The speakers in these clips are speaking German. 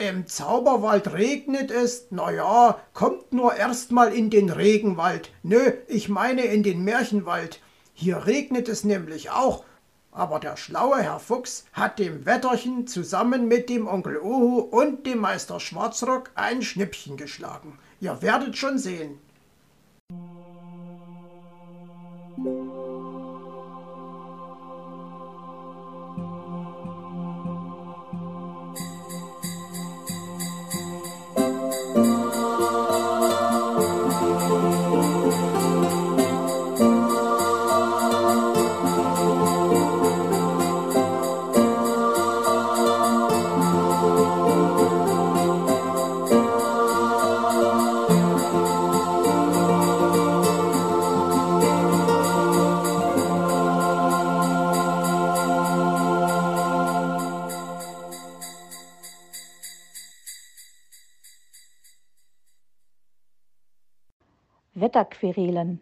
Im Zauberwald regnet es, na ja, kommt nur erst mal in den Regenwald. Nö, ich meine in den Märchenwald. Hier regnet es nämlich auch. Aber der schlaue Herr Fuchs hat dem Wetterchen zusammen mit dem Onkel Uhu und dem Meister Schwarzrock ein Schnippchen geschlagen. Ihr werdet schon sehen. Wetterquerelen.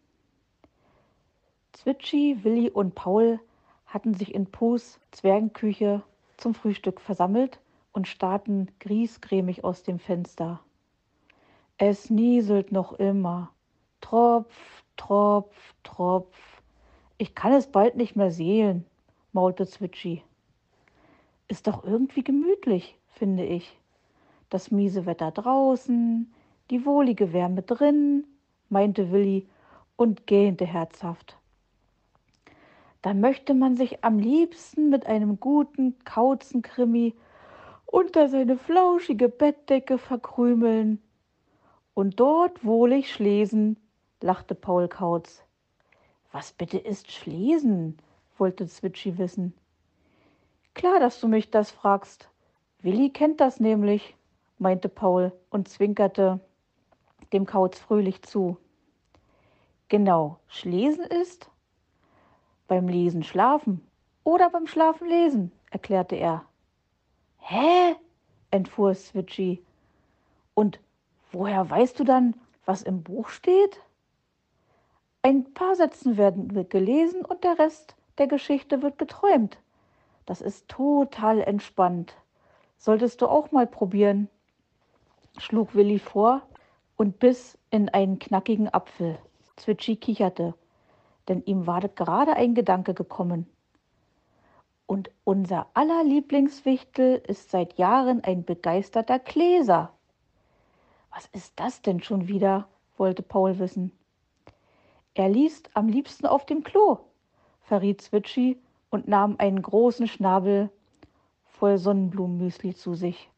Zwitschi, Willi und Paul hatten sich in Pus Zwergenküche zum Frühstück versammelt und starrten griesgrämig aus dem Fenster. Es nieselt noch immer. Tropf, Tropf, Tropf. Ich kann es bald nicht mehr sehen, maulte Zwitschi. Ist doch irgendwie gemütlich, finde ich. Das miese Wetter draußen, die wohlige Wärme drin, meinte Willi und gähnte herzhaft. Da möchte man sich am liebsten mit einem guten Kauzenkrimi unter seine flauschige Bettdecke verkrümeln und dort wohlig schlesen, lachte Paul Kauz. Was bitte ist Schlesen? Wollte Zwitschi wissen. Klar, dass du mich das fragst. Willi kennt das nämlich, meinte Paul und zwinkerte dem Kauz fröhlich zu. Genau, Schlesen ist beim Lesen schlafen oder beim Schlafen lesen, erklärte er. Hä? Entfuhr Zwitschi. Und woher weißt du dann, was im Buch steht? Ein paar Sätzen werden gelesen und der Rest der Geschichte wird geträumt. Das ist total entspannt. Solltest du auch mal probieren, schlug Willi vor und biss in einen knackigen Apfel. Zwitschi kicherte, denn ihm war gerade ein Gedanke gekommen. Und unser aller Lieblingswichtel ist seit Jahren ein begeisterter Gläser. Was ist das denn schon wieder? Wollte Paul wissen. Er liest am liebsten auf dem Klo, verriet Zwitschi und nahm einen großen Schnabel voll Sonnenblumenmüsli zu sich.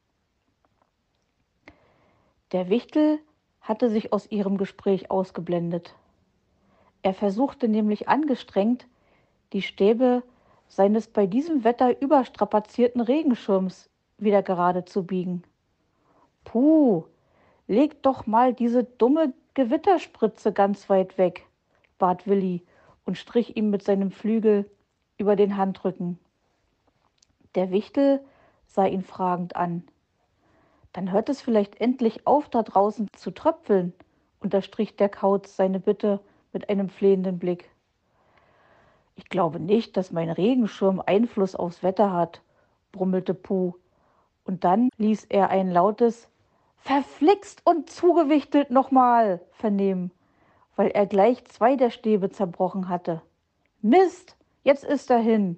Der Wichtel hatte sich aus ihrem Gespräch ausgeblendet. Er versuchte nämlich angestrengt, die Stäbe seines bei diesem Wetter überstrapazierten Regenschirms wieder gerade zu biegen. Puh, leg doch mal diese dumme Gewitterspritze ganz weit weg, bat Willi und strich ihm mit seinem Flügel über den Handrücken. Der Wichtel sah ihn fragend an. Dann hört es vielleicht endlich auf, da draußen zu tröpfeln, unterstrich der Kauz seine Bitte mit einem flehenden Blick. Ich glaube nicht, dass mein Regenschirm Einfluss aufs Wetter hat, brummelte Puh, und dann ließ er ein lautes »Verflixt und zugewichtelt nochmal« vernehmen, weil er gleich 2 der Stäbe zerbrochen hatte. Mist, jetzt ist er hin.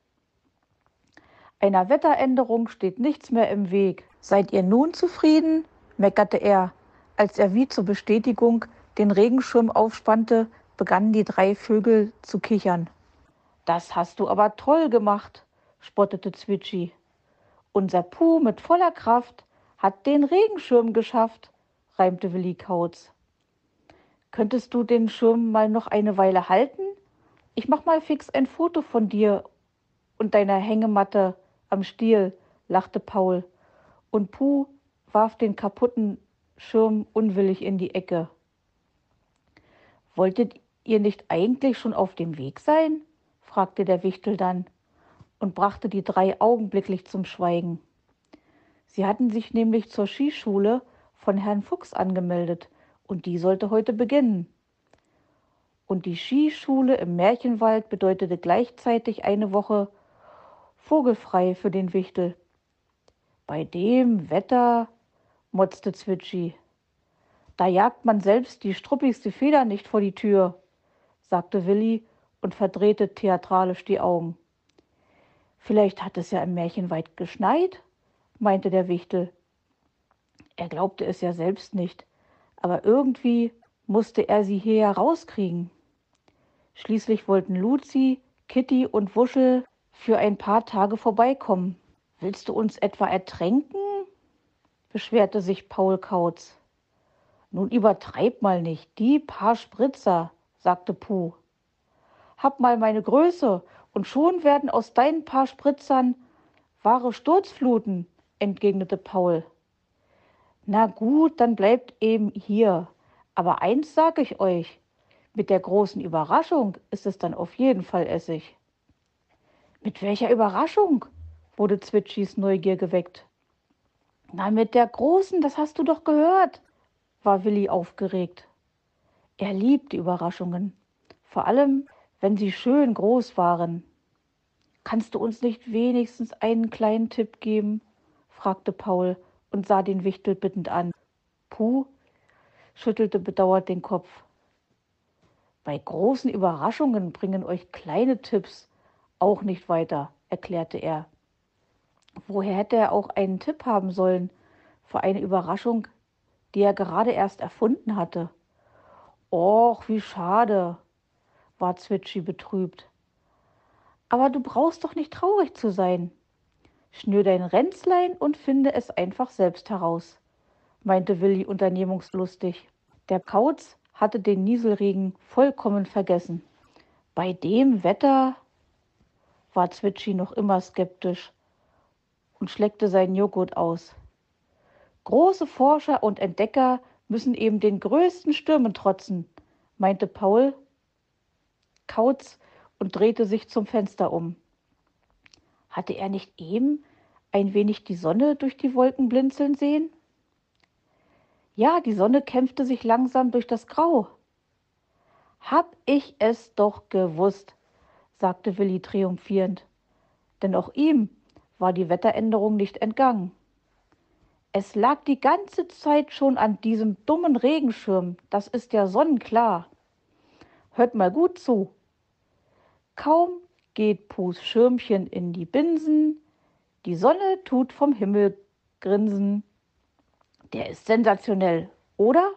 Einer Wetteränderung steht nichts mehr im Weg. Seid ihr nun zufrieden? Meckerte er. Als er wie zur Bestätigung den Regenschirm aufspannte, begannen die 3 Vögel zu kichern. Das hast du aber toll gemacht, spottete Zwitschi. Unser Puh mit voller Kraft hat den Regenschirm geschafft, reimte Willi Kauz. Könntest du den Schirm mal noch eine Weile halten? Ich mach mal fix ein Foto von dir und deiner Hängematte am Stiel, lachte Paul, und Puh warf den kaputten Schirm unwillig in die Ecke. Wolltet ihr nicht eigentlich schon auf dem Weg sein? Fragte der Wichtel dann und brachte die 3 augenblicklich zum Schweigen. Sie hatten sich nämlich zur Skischule von Herrn Fuchs angemeldet und die sollte heute beginnen. Und die Skischule im Märchenwald bedeutete gleichzeitig eine Woche vogelfrei für den Wichtel. Bei dem Wetter, motzte Zwitschi. Da jagt man selbst die struppigste Feder nicht vor die Tür, sagte Willi und verdrehte theatralisch die Augen. Vielleicht hat es ja im Märchenwald geschneit, meinte der Wichtel. Er glaubte es ja selbst nicht, aber irgendwie musste er sie hierher rauskriegen. Schließlich wollten Luzi, Kitty und Wuschel für ein paar Tage vorbeikommen. Willst du uns etwa ertränken? Beschwerte sich Paul Kauz. Nun übertreib mal nicht, die paar Spritzer, sagte Puh. Hab mal meine Größe und schon werden aus deinen paar Spritzern wahre Sturzfluten, entgegnete Paul. Na gut, dann bleibt eben hier. Aber eins sag ich euch, mit der großen Überraschung ist es dann auf jeden Fall Essig. Mit welcher Überraschung? Wurde Zwitschis Neugier geweckt. Na, mit der großen, das hast du doch gehört, war Willi aufgeregt. Er liebte Überraschungen, vor allem, wenn sie schön groß waren. Kannst du uns nicht wenigstens einen kleinen Tipp geben? Fragte Paul und sah den Wichtel bittend an. Puh schüttelte bedauert den Kopf. Bei großen Überraschungen bringen euch kleine Tipps auch nicht weiter, erklärte er. Woher hätte er auch einen Tipp haben sollen für eine Überraschung, die er gerade erst erfunden hatte? Och, wie schade, war Zwitschi betrübt. Aber du brauchst doch nicht traurig zu sein. Schnür dein Ränzlein und finde es einfach selbst heraus, meinte Willi unternehmungslustig. Der Kauz hatte den Nieselregen vollkommen vergessen. Bei dem Wetter, war Zwitschi noch immer skeptisch und schleckte seinen Joghurt aus. Große Forscher und Entdecker müssen eben den größten Stürmen trotzen, meinte Paul Kauz und drehte sich zum Fenster um. Hatte er nicht eben ein wenig die Sonne durch die Wolken blinzeln sehen? Ja, die Sonne kämpfte sich langsam durch das Grau. Hab ich es doch gewusst, sagte Willi triumphierend, denn auch ihm war die Wetteränderung nicht entgangen. Es lag die ganze Zeit schon an diesem dummen Regenschirm, das ist ja sonnenklar. Hört mal gut zu. Kaum geht Puhs Schirmchen in die Binsen, die Sonne tut vom Himmel grinsen. Der ist sensationell, oder?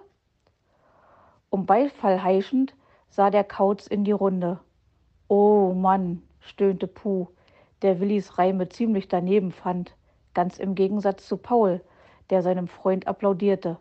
Um Beifall heischend sah der Kauz in die Runde. Oh Mann, stöhnte Puh, der Willis Reime ziemlich daneben fand, ganz im Gegensatz zu Paul, der seinem Freund applaudierte.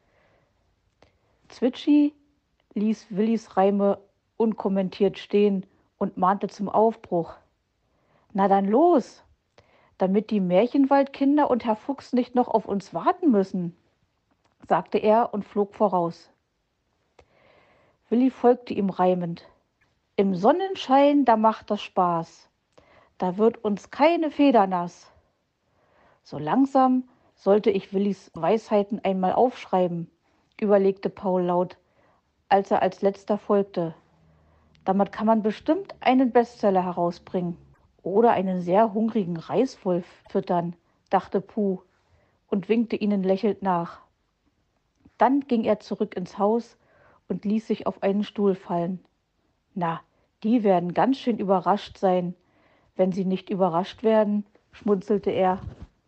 Zwitschi ließ Willis Reime unkommentiert stehen und mahnte zum Aufbruch. Na dann los, damit die Märchenwaldkinder und Herr Fuchs nicht noch auf uns warten müssen, sagte er und flog voraus. Willi folgte ihm reimend. Im Sonnenschein, da macht das Spaß, da wird uns keine Feder nass. So langsam sollte ich Willis Weisheiten einmal aufschreiben, überlegte Paul laut, als er als letzter folgte. Damit kann man bestimmt einen Bestseller herausbringen. Oder einen sehr hungrigen Reißwolf füttern, dachte Puh und winkte ihnen lächelnd nach. Dann ging er zurück ins Haus und ließ sich auf einen Stuhl fallen. Na, die werden ganz schön überrascht sein, wenn sie nicht überrascht werden, schmunzelte er.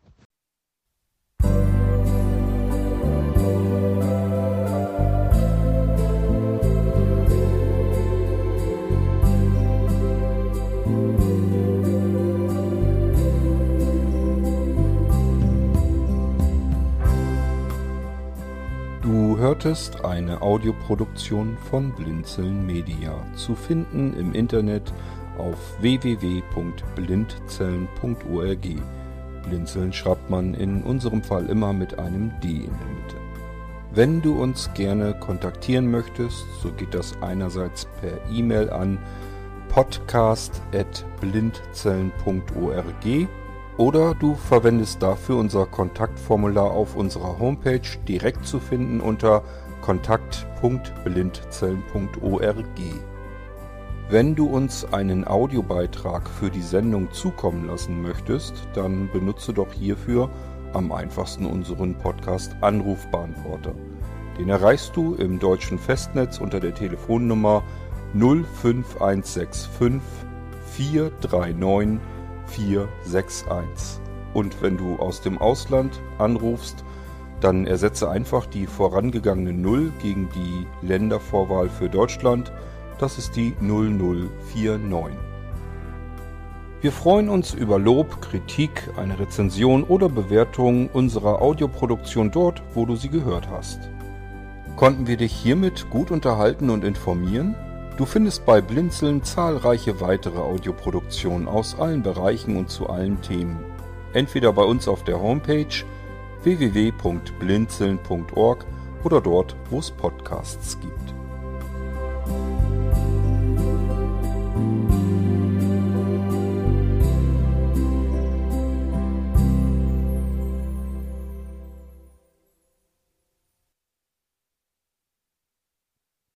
Du hörtest eine Audioproduktion von Blinzeln Media, zu finden im Internet auf www.blindzellen.org. Blinzeln schreibt man in unserem Fall immer mit einem D in der Mitte. Wenn du uns gerne kontaktieren möchtest, so geht das einerseits per E-Mail an podcast@blindzellen.org oder du verwendest dafür unser Kontaktformular auf unserer Homepage, direkt zu finden unter kontakt.blindzellen.org. Wenn du uns einen Audiobeitrag für die Sendung zukommen lassen möchtest, dann benutze doch hierfür am einfachsten unseren Podcast Anrufbeantworter. Den erreichst du im deutschen Festnetz unter der Telefonnummer 05165 439 461. Und wenn du aus dem Ausland anrufst, dann ersetze einfach die vorangegangene 0 gegen die Ländervorwahl für Deutschland. Das ist die 0049. Wir freuen uns über Lob, Kritik, eine Rezension oder Bewertung unserer Audioproduktion dort, wo du sie gehört hast. Konnten wir dich hiermit gut unterhalten und informieren? Du findest bei Blinzeln zahlreiche weitere Audioproduktionen aus allen Bereichen und zu allen Themen. Entweder bei uns auf der Homepage www.blinzeln.org oder dort, wo es Podcasts gibt.